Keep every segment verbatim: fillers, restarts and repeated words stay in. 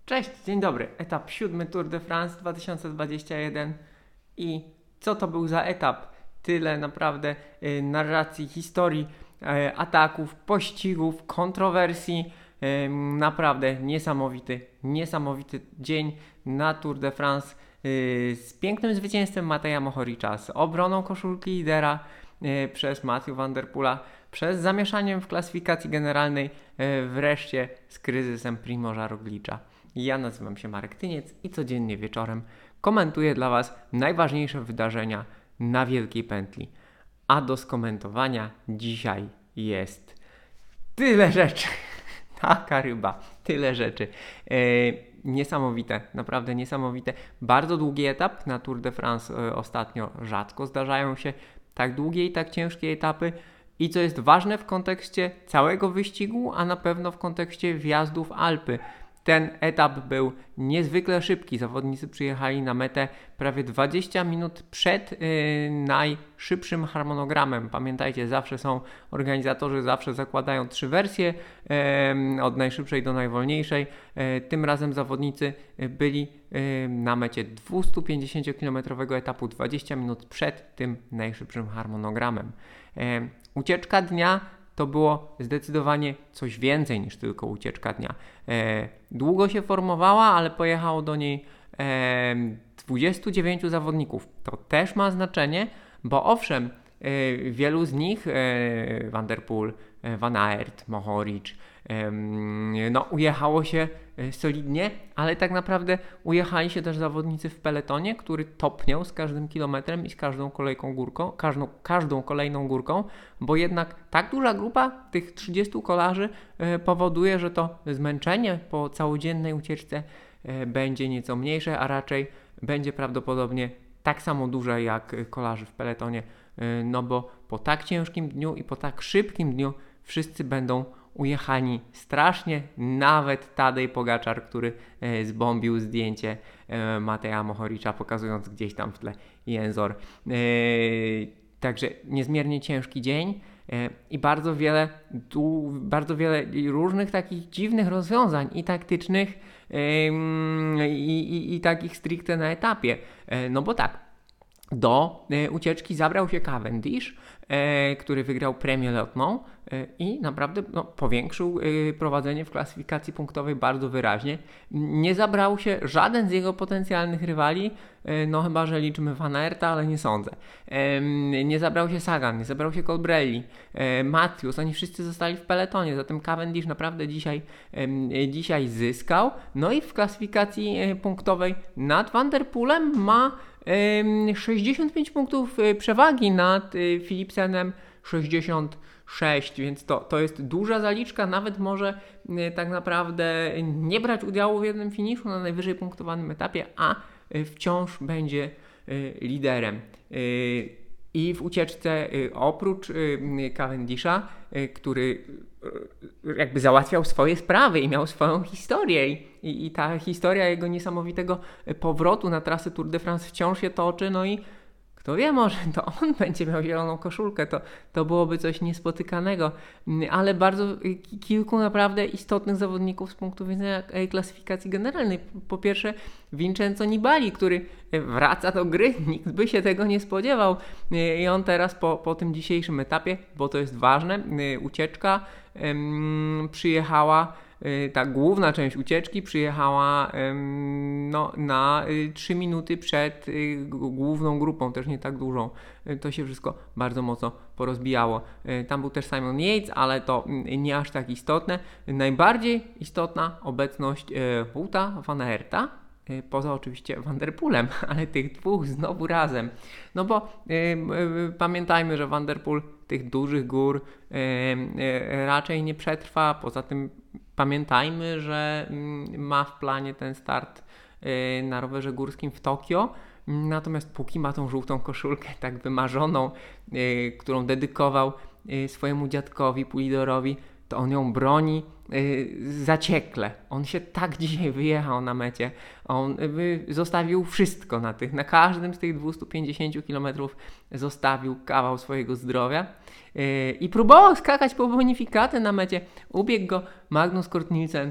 Cześć, dzień dobry. Etap siódmy Tour de France dwa tysiące dwudziesty jeden. I co to był za etap? Tyle naprawdę y, narracji, historii, y, ataków, pościgów, kontrowersji. Y, naprawdę niesamowity, niesamowity dzień na Tour de France y, z pięknym zwycięstwem Mateja Mohoricza, z obroną koszulki lidera y, przez Mathieu van der Poola, przez zamieszaniem w klasyfikacji generalnej, y, wreszcie z kryzysem Primoża Roglicza. Ja nazywam się Marek Tyniec i codziennie wieczorem komentuję dla Was najważniejsze wydarzenia na Wielkiej Pętli. A do skomentowania dzisiaj jest tyle rzeczy. Taka ryba, tyle rzeczy. E, niesamowite, naprawdę niesamowite. Bardzo długi etap na Tour de France e, ostatnio. Rzadko zdarzają się tak długie i tak ciężkie etapy. I co jest ważne w kontekście całego wyścigu, a na pewno w kontekście wjazdu w Alpy. Ten etap był niezwykle szybki. Zawodnicy przyjechali na metę prawie dwadzieścia minut przed yy, najszybszym harmonogramem. Pamiętajcie, zawsze są organizatorzy, zawsze zakładają trzy wersje, yy, od najszybszej do najwolniejszej. Yy, tym razem zawodnicy byli yy, na mecie dwustupięćdziesięciokilometrowego etapu dwadzieścia minut przed tym najszybszym harmonogramem. Yy, ucieczka dnia to było zdecydowanie coś więcej niż tylko ucieczka dnia. E, długo się formowała, ale pojechało do niej e, dwudziestu dziewięciu zawodników. To też ma znaczenie, bo owszem, e, wielu z nich, e, Van der Poel, e, Van Aert, Mohoric, e, no ujechało się solidnie, ale tak naprawdę ujechali się też zawodnicy w peletonie, który topniał z każdym kilometrem i z każdą kolejką górką, każdą, każdą kolejną górką, bo jednak tak duża grupa tych trzydziestu kolarzy e, powoduje, że to zmęczenie po całodziennej ucieczce e, będzie nieco mniejsze, a raczej będzie prawdopodobnie tak samo duże jak kolarzy w peletonie, e, no bo po tak ciężkim dniu i po tak szybkim dniu wszyscy będą ujechani strasznie, nawet Tadej Pogaczar, który e, zbombił zdjęcie e, Mateja Mohoricza, pokazując gdzieś tam w tle jęzor. E, także niezmiernie ciężki dzień e, i bardzo wiele, tu, bardzo wiele różnych takich dziwnych rozwiązań i taktycznych e, i, i, i takich stricte na etapie. E, no bo tak, do e, ucieczki zabrał się Cavendish, e, który wygrał premię lotną e, i naprawdę no, powiększył e, prowadzenie w klasyfikacji punktowej bardzo wyraźnie. Nie zabrał się żaden z jego potencjalnych rywali, e, no chyba że liczymy Van Aerta, ale nie sądzę. E, nie zabrał się Sagan, nie zabrał się Colbrelli, e, Matthews, oni wszyscy zostali w peletonie, zatem Cavendish naprawdę dzisiaj, e, dzisiaj zyskał. No i w klasyfikacji e, punktowej nad Van der Poelem ma sześćdziesiąt pięć punktów przewagi nad Philipsenem, sześćdziesiąt sześć, więc to, to jest duża zaliczka, nawet może tak naprawdę nie brać udziału w jednym finiszu na najwyżej punktowanym etapie, a wciąż będzie liderem. I w ucieczce oprócz Cavendisha, który jakby załatwiał swoje sprawy i miał swoją historię i, i ta historia jego niesamowitego powrotu na trasę Tour de France wciąż się toczy, no i kto wie, może to on będzie miał zieloną koszulkę, to, to byłoby coś niespotykanego, ale bardzo kilku naprawdę istotnych zawodników z punktu widzenia klasyfikacji generalnej. Po pierwsze Vincenzo Nibali, który wraca do gry, nikt by się tego nie spodziewał i on teraz po, po tym dzisiejszym etapie, bo to jest ważne, ucieczka um, przyjechała, ta główna część ucieczki przyjechała no, na trzy minuty przed główną grupą, też nie tak dużą. To się wszystko bardzo mocno porozbijało. Tam był też Simon Yates, ale to nie aż tak istotne. Najbardziej istotna obecność Wouta van Aerta, poza oczywiście Van der Poelem, ale tych dwóch znowu razem. No bo yy, yy, pamiętajmy, że Van der Poel tych dużych gór yy, yy, raczej nie przetrwa. Poza tym pamiętajmy, że yy, ma w planie ten start yy, na rowerze górskim w Tokio. Natomiast póki ma tą żółtą koszulkę tak wymarzoną, yy, którą dedykował yy, swojemu dziadkowi Pulidorowi, to on ją broni yy, zaciekle. On się tak dzisiaj wyjechał na mecie. On yy, zostawił wszystko na tych, na każdym z tych dwieście pięćdziesiąt kilometrów zostawił kawał swojego zdrowia yy, i próbował skakać po bonifikaty na mecie. Ubiegł go Magnus Cort Nielsen,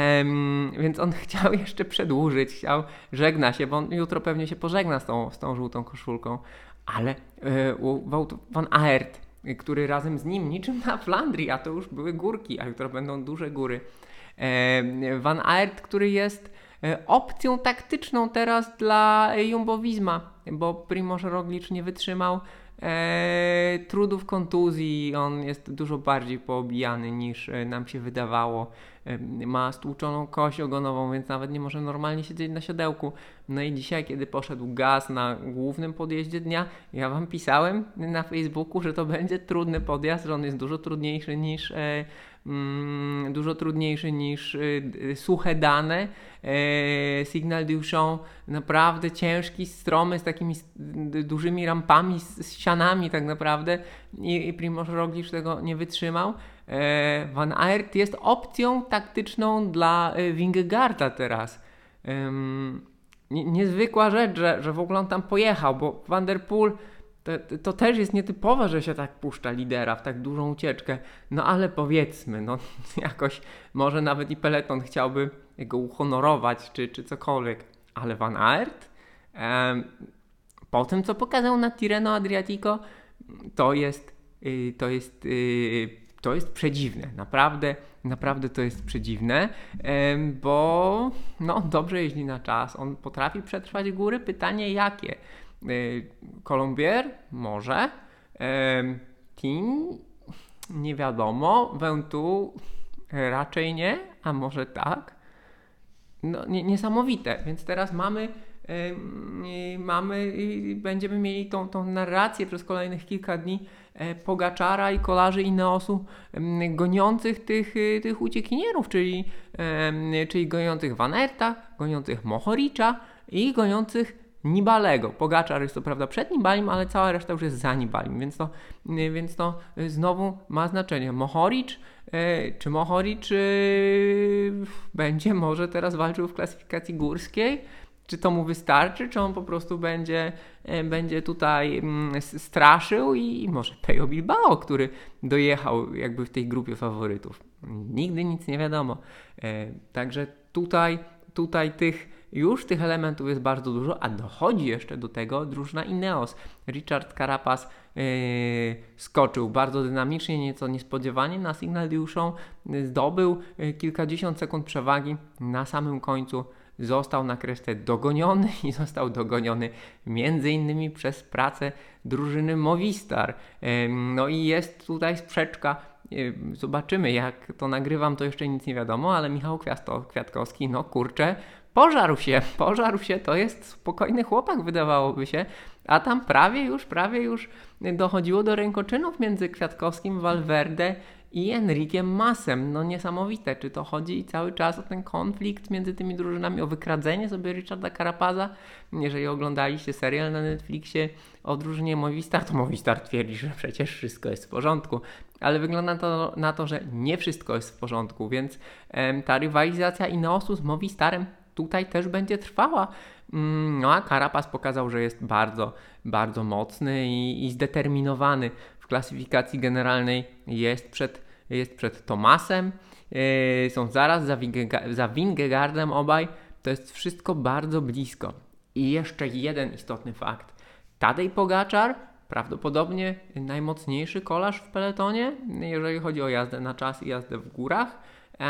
yy, więc on chciał jeszcze przedłużyć, chciał, żegna się, bo on jutro pewnie się pożegna z tą, z tą żółtą koszulką, ale yy, Wout van Aert, który razem z nim, niczym na Flandrii, a to już były górki, a jutro będą duże góry. E, Van Aert, który jest e, opcją taktyczną teraz dla Jumbo-Visma, bo Primož Roglič nie wytrzymał e, trudów kontuzji, on jest dużo bardziej poobijany niż e, nam się wydawało. E, ma stłuczoną kość ogonową, więc nawet nie może normalnie siedzieć na siodełku. No i dzisiaj, kiedy poszedł gaz na głównym podjeździe dnia, ja wam pisałem na Facebooku, że to będzie trudny podjazd, że on jest dużo trudniejszy niż e, mm, dużo trudniejszy niż e, suche dane. E, Signal du Champ naprawdę ciężki, stromy z takimi dużymi rampami, z, z ścianami tak naprawdę i, i Primož Roglič tego nie wytrzymał. E, Van Aert jest opcją taktyczną dla e, Vingegaarda teraz. E, Niezwykła rzecz, że, że w ogóle on tam pojechał, bo Van der Poel to, to też jest nietypowe, że się tak puszcza lidera w tak dużą ucieczkę. No ale powiedzmy, no jakoś może nawet i peloton chciałby go uhonorować, czy, czy cokolwiek. Ale Van Aert em, po tym, co pokazał na Tirreno Adriatico, to jest yy, to jest yy, to jest przedziwne. Naprawdę, naprawdę to jest przedziwne, yy, bo no, on dobrze jeździ na czas, on potrafi przetrwać góry. Pytanie jakie? Yy, Colombier? Może. Yy, Team? Nie wiadomo. Ventoux? Raczej nie, a może tak. No, nie, niesamowite, więc teraz mamy Yy, mamy i yy, będziemy mieli tą, tą narrację przez kolejnych kilka dni yy, Pogaczara i kolarzy Ineosu yy, goniących tych, yy, tych uciekinierów, czyli, yy, czyli goniących Van Aerta, goniących Mohoricza i goniących Nibalego. Pogaczar jest to prawda przed Nibalim, ale cała reszta już jest za Nibalim, więc to, yy, więc to yy, znowu ma znaczenie. Mohoric, yy, czy Mohoric yy, będzie może teraz walczył w klasyfikacji górskiej? Czy to mu wystarczy, czy on po prostu będzie, będzie tutaj straszył i może Pello Bilbao, który dojechał jakby w tej grupie faworytów. Nigdy nic nie wiadomo. Także tutaj, tutaj tych już tych elementów jest bardzo dużo, a dochodzi jeszcze do tego drużyna Ineos. Richard Carapaz yy, skoczył bardzo dynamicznie, nieco niespodziewanie na Signal du Champ, zdobył kilkadziesiąt sekund przewagi na samym końcu. Został na kreskę dogoniony i został dogoniony między innymi przez pracę drużyny Movistar. No i jest tutaj sprzeczka. Zobaczymy, jak to nagrywam, to jeszcze nic nie wiadomo, ale Michał Kwiasto, Kwiatkowski, no kurczę, pożarł się, pożarł się, to jest spokojny chłopak, wydawałoby się, a tam prawie już, prawie już dochodziło do rękoczynów między Kwiatkowskim, Valverde i Enriquem Masem. No niesamowite, czy to chodzi cały czas o ten konflikt między tymi drużynami, o wykradzenie sobie Richarda Carapaza. Jeżeli oglądaliście serial na Netflixie o drużynie Movistar, to Movistar twierdzi, że przecież wszystko jest w porządku, ale wygląda to na to, że nie wszystko jest w porządku, więc em, ta rywalizacja Ineosu z Movistarem tutaj też będzie trwała. No a Carapaz pokazał, że jest bardzo, bardzo mocny i, i zdeterminowany w klasyfikacji generalnej. Jest przed, jest przed Thomasem, yy, są zaraz za, Wingega- za Vingegaardem obaj. To jest wszystko bardzo blisko. I jeszcze jeden istotny fakt. Tadej Pogaczar, prawdopodobnie najmocniejszy kolarz w peletonie, jeżeli chodzi o jazdę na czas i jazdę w górach.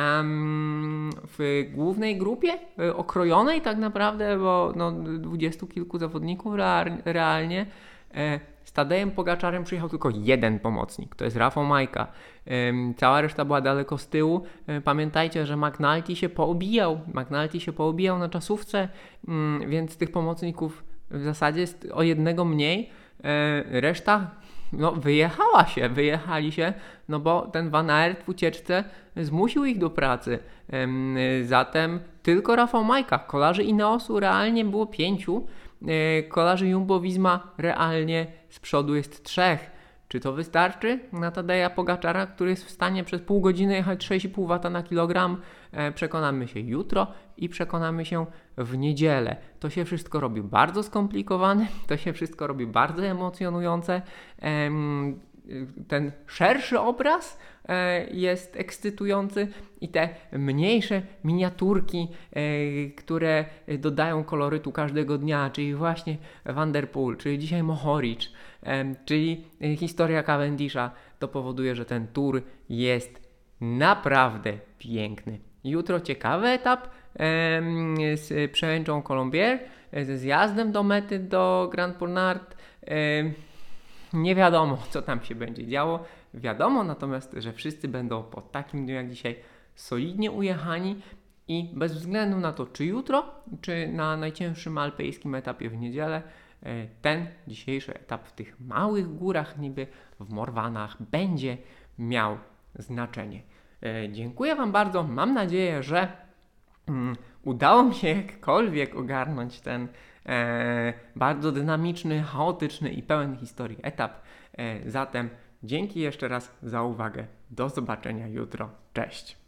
W głównej grupie, okrojonej tak naprawdę, bo no, dwudziestu kilku zawodników realnie, z Tadejem Pogaczarem przyjechał tylko jeden pomocnik, to jest Rafał Majka. Cała reszta była daleko z tyłu. Pamiętajcie, że McNulty się poobijał, McNulty się poobijał na czasówce, więc tych pomocników w zasadzie jest o jednego mniej. Reszta no, wyjechała się, wyjechali się, no bo ten Van Aert w ucieczce zmusił ich do pracy. Zatem tylko Rafał Majka, kolarzy Ineosu realnie było pięciu, kolarzy Jumbo-Visma realnie z przodu jest trzech. Czy to wystarczy na Tadeja Pogaczara, który jest w stanie przez pół godziny jechać sześć i pół wata na kilogram? E, przekonamy się jutro i przekonamy się w niedzielę. To się wszystko robi bardzo skomplikowane, to się wszystko robi bardzo emocjonujące. Ehm, ten szerszy obraz e, jest ekscytujący i te mniejsze miniaturki, e, które dodają kolorytu każdego dnia, czyli właśnie Van der Poel, czyli dzisiaj Mohoric, e, czyli historia Cavendisha, to powoduje, że ten tour jest naprawdę piękny. Jutro ciekawy etap e, z przełęczą Colombier, ze zjazdem do mety do Grand Port-Nord. E, Nie wiadomo, co tam się będzie działo. Wiadomo natomiast, że wszyscy będą po takim dniu jak dzisiaj solidnie ujechani i bez względu na to, czy jutro, czy na najcięższym alpejskim etapie w niedzielę, ten dzisiejszy etap w tych małych górach, niby w Morvanach, będzie miał znaczenie. Dziękuję Wam bardzo. Mam nadzieję, że um, udało mi się jakkolwiek ogarnąć ten E, bardzo dynamiczny, chaotyczny i pełen historii etap. E, zatem dzięki jeszcze raz za uwagę. Do zobaczenia jutro. Cześć!